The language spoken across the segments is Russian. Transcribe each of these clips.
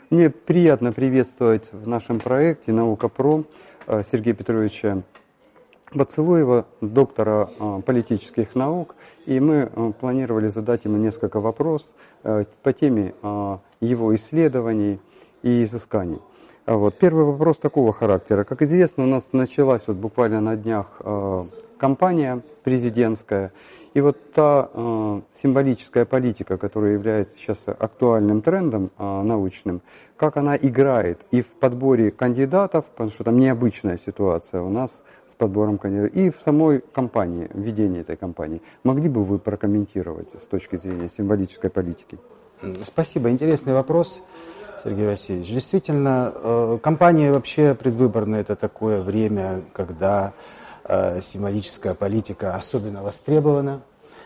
Мне приятно приветствовать в нашем проекте «Наука ПРО» Сергея Петровича Поцелуева, доктора политических наук. И мы планировали задать ему несколько вопросов по теме его исследований и изысканий. Первый вопрос такого характера. Как известно, у нас началась буквально на днях кампания президентская. И та символическая политика, которая является сейчас актуальным трендом научным, как она играет и в подборе кандидатов, потому что там необычная ситуация у нас с подбором кандидатов, и в самой кампании, в ведении этой кампании. Могли бы вы прокомментировать с точки зрения символической политики? Спасибо. Интересный вопрос, Сергей Васильевич. Действительно, кампания вообще предвыборная – это такое время, когда символическая политика особенно востребована.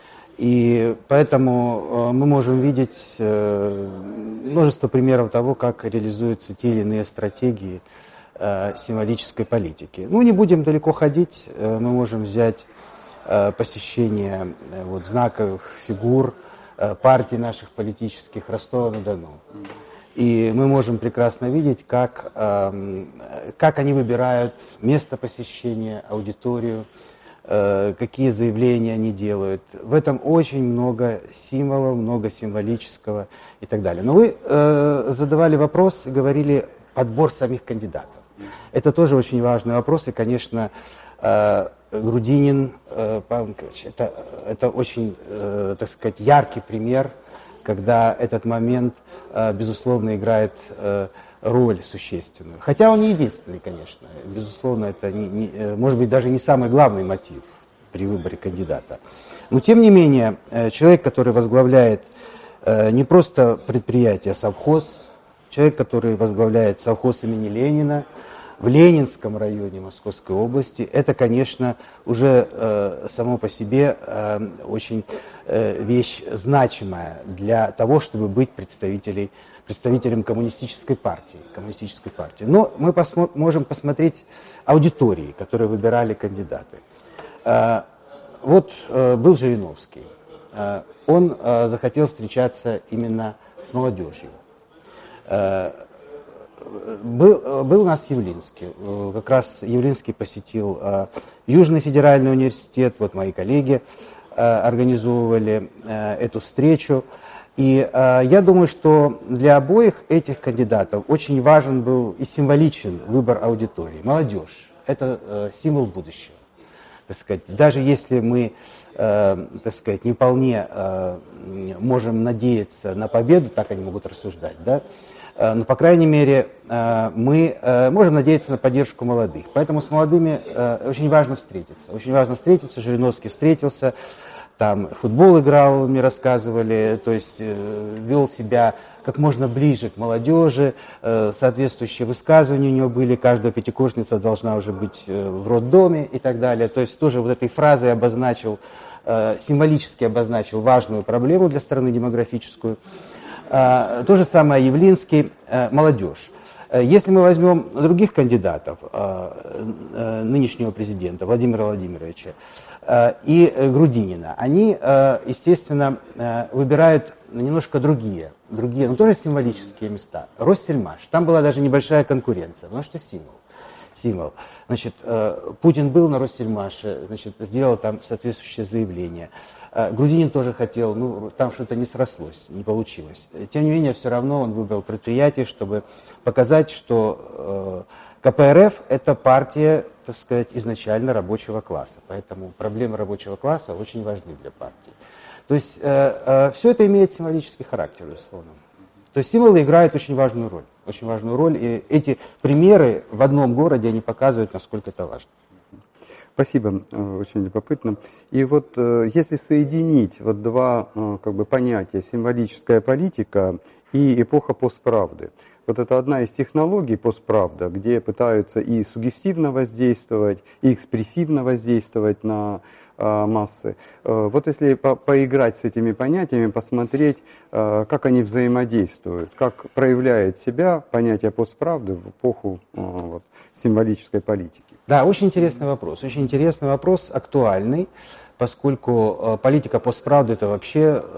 И поэтому мы можем видеть множество примеров того, как реализуются те или иные стратегии символической политики. Не будем далеко ходить, мы можем взять посещение знаковых фигур партий наших политических Ростова-на-Дону. И мы можем прекрасно видеть, как они выбирают место посещения, аудиторию, какие заявления они делают. В этом очень много символов, много символического и так далее. Но вы задавали вопрос и говорили подбор самих кандидатов. Это тоже очень важный вопрос. И, конечно, Грудинин, Павел Николаевич, это очень, так сказать, яркий пример, когда этот момент, безусловно, играет роль существенную. Хотя он не единственный, конечно. Безусловно, это, может быть, даже не самый главный мотив при выборе кандидата. Но, тем не менее, человек, который возглавляет не просто предприятие, а совхоз, человек, который возглавляет совхоз имени Ленина в Ленинском районе Московской области, это, конечно, уже само по себе очень вещь значимая для того, чтобы быть представителем коммунистической партии. Но мы можем посмотреть аудитории, которые выбирали кандидаты. Был Жириновский. Он захотел встречаться именно с молодежью. Был у нас Явлинский. Как раз Явлинский посетил Южный федеральный университет. Мои коллеги организовывали эту встречу. И я думаю, что для обоих этих кандидатов очень важен был и символичен выбор аудитории. Молодежь – это символ будущего. Так сказать, даже если мы, так сказать, не вполне можем надеяться на победу, так они могут рассуждать, да? Но, по крайней мере, мы можем надеяться на поддержку молодых. Поэтому с молодыми очень важно встретиться. Очень важно встретиться. Жириновский встретился, там футбол играл, мне рассказывали, то есть вел себя как можно ближе к молодежи, соответствующие высказывания у него были, каждая пятикурсница должна уже быть в роддоме и так далее. То есть тоже этой фразой символически обозначил важную проблему для страны демографическую. То же самое Явлинский, молодежь. Если мы возьмем других кандидатов, нынешнего президента Владимира Владимировича и Грудинина, они, естественно, выбирают немножко другие, но тоже символические места. Россельмаш, там была даже небольшая конкуренция, потому что символ. Значит, Путин был на Россельмаше, сделал там соответствующее заявление. Грудинин тоже хотел, там что-то не срослось, не получилось. Тем не менее, все равно он выбрал предприятие, чтобы показать, что КПРФ – это партия, так сказать, изначально рабочего класса. Поэтому проблемы рабочего класса очень важны для партии. То есть все это имеет символический характер, безусловно. То есть символы играют очень важную роль. И эти примеры в одном городе, они показывают, насколько это важно. Спасибо, очень любопытно. И если соединить два понятия символическая политика и эпоха постправды. Это одна из технологий постправда, где пытаются и суггестивно воздействовать, и экспрессивно воздействовать на массы. Если поиграть с этими понятиями, посмотреть, как они взаимодействуют, как проявляет себя понятие постправды в эпоху символической политики. Да, очень интересный вопрос, актуальный, поскольку политика постправды – это вообще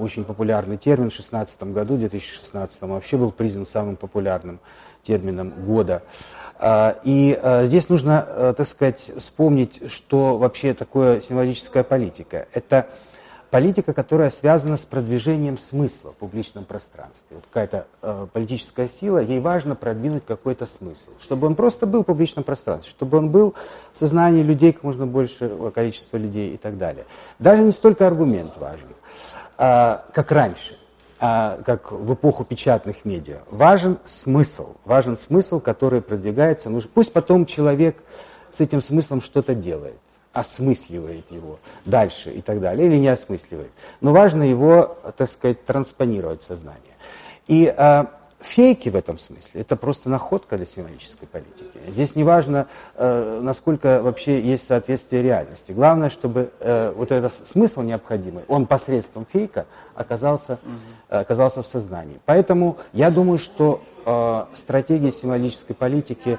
очень популярный термин в 2016 году, в 2016 вообще был признан самым популярным термином года. И здесь нужно, так сказать, вспомнить, что вообще такое символическая политика. Это политика, которая связана с продвижением смысла в публичном пространстве. Вот какая-то политическая сила, ей важно продвинуть какой-то смысл, чтобы он просто был в публичном пространстве, чтобы он был в сознании людей, как можно большего количества людей и так далее. Даже не столько аргумент важен, как раньше, как в эпоху печатных медиа. Важен смысл, который продвигается. Пусть потом человек с этим смыслом что-то делает, осмысливает его дальше и так далее, или не осмысливает. Но важно его, так сказать, транспонировать в сознание. И фейки в этом смысле – это просто находка для символической политики. Здесь не важно, насколько вообще есть соответствие реальности. Главное, чтобы вот этот смысл необходимый, он посредством фейка оказался в сознании. Поэтому я думаю, что стратегии символической политики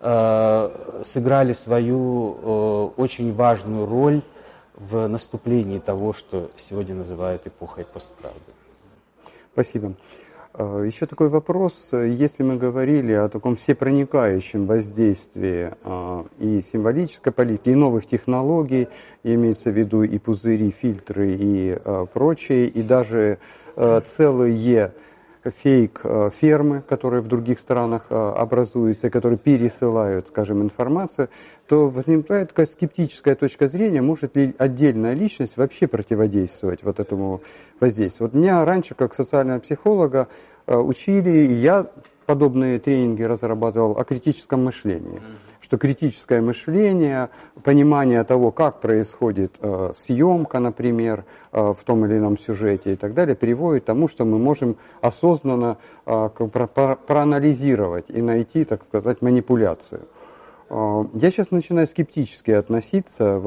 сыграли свою очень важную роль в наступлении того, что сегодня называют эпохой постправды. Спасибо. Еще такой вопрос. Если мы говорили о таком всепроникающем воздействии и символической политики, и новых технологий, имеется в виду и пузыри, фильтры и прочее, и даже целые фейк-фермы, которые в других странах образуются, которые пересылают, скажем, информацию, то возникает такая скептическая точка зрения, может ли отдельная личность вообще противодействовать вот этому воздействию. Вот меня раньше, как социального психолога, учили, и я подобные тренинги разрабатывал о критическом мышлении. Что критическое мышление, понимание того, как происходит съемка, например, в том или ином сюжете и так далее, приводит к тому, что мы можем осознанно проанализировать и найти, так сказать, манипуляцию. Я сейчас начинаю скептически относиться,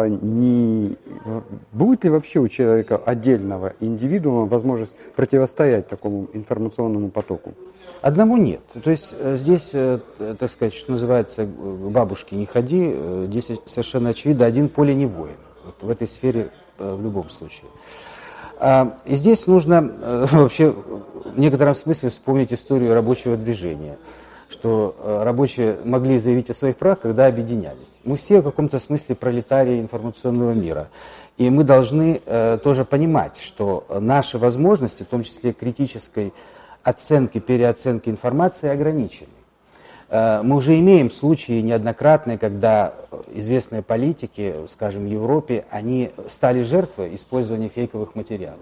будет ли вообще у человека отдельного индивидуума возможность противостоять такому информационному потоку? Одному нет. То есть здесь, так сказать, что называется, к бабушке не ходи, здесь совершенно очевидно, один поле не воин. Вот в этой сфере в любом случае. И здесь нужно вообще в некотором смысле вспомнить историю рабочего движения, что рабочие могли заявить о своих правах, когда объединялись. Мы все в каком-то смысле пролетарии информационного мира. И мы должны тоже понимать, что наши возможности, в том числе критической оценки, переоценки информации, ограничены. Мы уже имеем случаи неоднократные, когда известные политики, скажем, в Европе, они стали жертвой использования фейковых материалов.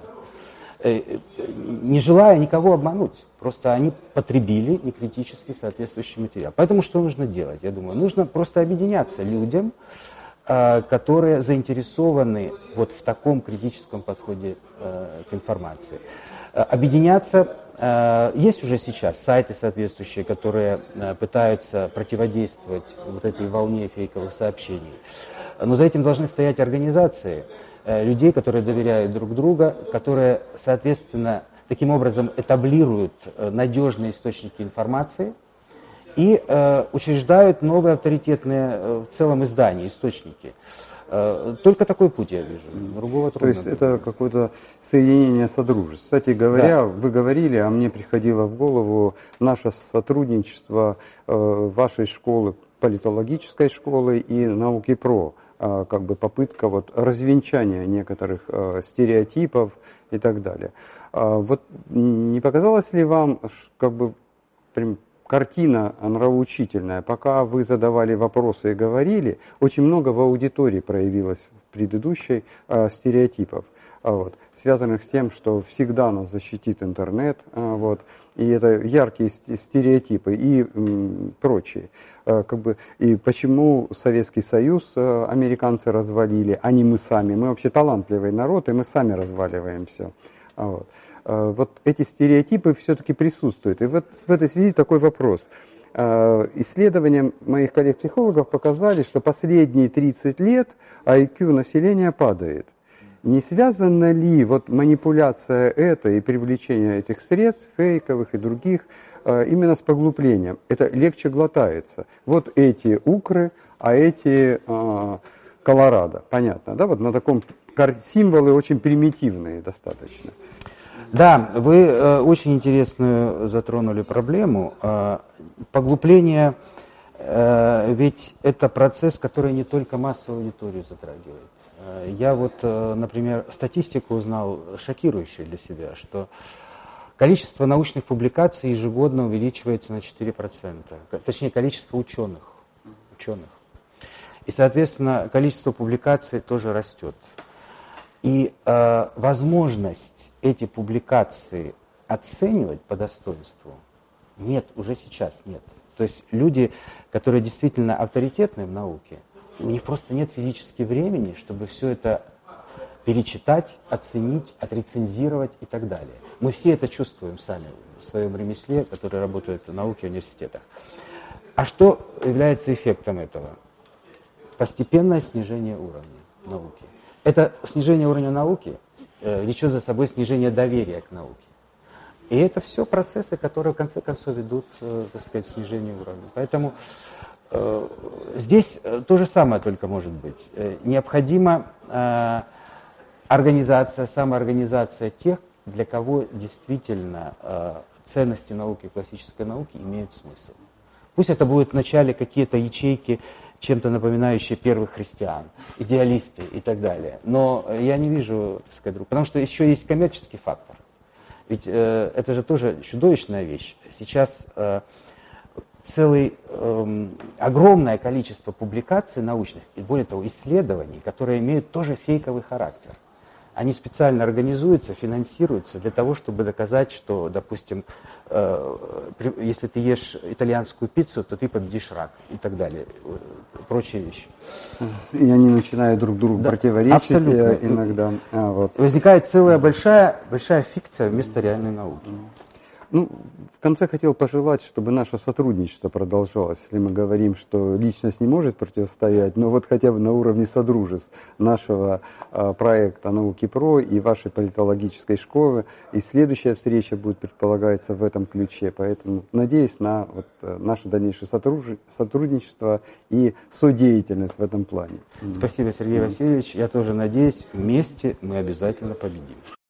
Не желая никого обмануть, просто они потребили некритически соответствующий материал. Поэтому что нужно делать? Я думаю, нужно просто объединяться людям, которые заинтересованы вот в таком критическом подходе к информации. Объединяться, есть уже сейчас сайты соответствующие, которые пытаются противодействовать вот этой волне фейковых сообщений. Но за этим должны стоять организации, людей, которые доверяют друг друга, которые, соответственно, таким образом этаблируют надежные источники информации и учреждают новые авторитетные в целом издания, источники. Только такой путь я вижу. Другого трудно. То есть это какое-то соединение содружеств. Кстати говоря, вы говорили, а мне приходило в голову наше сотрудничество вашей школы, политологической школы и науки ПРО. Как бы попытка вот развенчания некоторых стереотипов и так далее. Вот не показалось ли вам как бы картина нравоучительная, пока вы задавали вопросы и говорили, очень много в аудитории проявилось в предыдущей стереотипов, связанных с тем, что всегда нас защитит интернет, и это яркие стереотипы и прочие. И почему Советский Союз американцы развалили, а не мы сами. Мы вообще талантливый народ, и мы сами разваливаем все. Вот эти стереотипы все-таки присутствуют. И вот в этой связи такой вопрос. Исследования моих коллег-психологов показали, что последние 30 лет IQ населения падает. Не связана ли вот манипуляция этой и привлечение этих средств, фейковых и других, именно с поглублением? Это легче глотается. Вот эти укры, а эти Колорадо. Понятно, да? Вот на таком символы очень примитивные достаточно. Да, вы очень интересную затронули проблему. Поглубление, ведь это процесс, который не только массовую аудиторию затрагивает. Я вот, например, статистику узнал шокирующую для себя, что количество научных публикаций ежегодно увеличивается на 4%. Точнее, количество ученых. И, соответственно, количество публикаций тоже растет. И возможность эти публикации оценивать по достоинству нет, уже сейчас нет. То есть люди, которые действительно авторитетны в науке, у них просто нет физически времени, чтобы все это перечитать, оценить, отрецензировать и так далее. Мы все это чувствуем сами в своем ремесле, которые работают в науке, в университетах. А что является эффектом этого? Постепенное снижение уровня науки. Это снижение уровня науки влечет за собой снижение доверия к науке. И это все процессы, которые в конце концов ведут, так сказать, к снижению уровня. Поэтому здесь то же самое только может быть. Необходима организация, самоорганизация тех, для кого действительно ценности науки, классической науки имеют смысл. Пусть это будут вначале какие-то ячейки, чем-то напоминающие первых христиан, идеалисты и так далее. Но я не вижу, так сказать, потому что еще есть коммерческий фактор. Ведь это же тоже чудовищная вещь. Сейчас огромное количество публикаций научных, и более того, исследований, которые имеют тоже фейковый характер. Они специально организуются, финансируются для того, чтобы доказать, что, допустим, если ты ешь итальянскую пиццу, то ты победишь рак и так далее. Прочие вещи. И они начинают друг другу противоречить абсолютно. Иногда. Вот. Возникает целая большая фикция вместо реальной науки. Ну, в конце хотел пожелать, чтобы наше сотрудничество продолжалось. Если мы говорим, что личность не может противостоять, но вот хотя бы на уровне содружеств нашего проекта «Науки ПРО» и вашей политологической школы. И следующая встреча будет, предполагается, в этом ключе. Поэтому надеюсь на вот наше дальнейшее сотрудничество и содеятельность в этом плане. Спасибо, Сергей Васильевич. Я тоже надеюсь, вместе мы обязательно победим.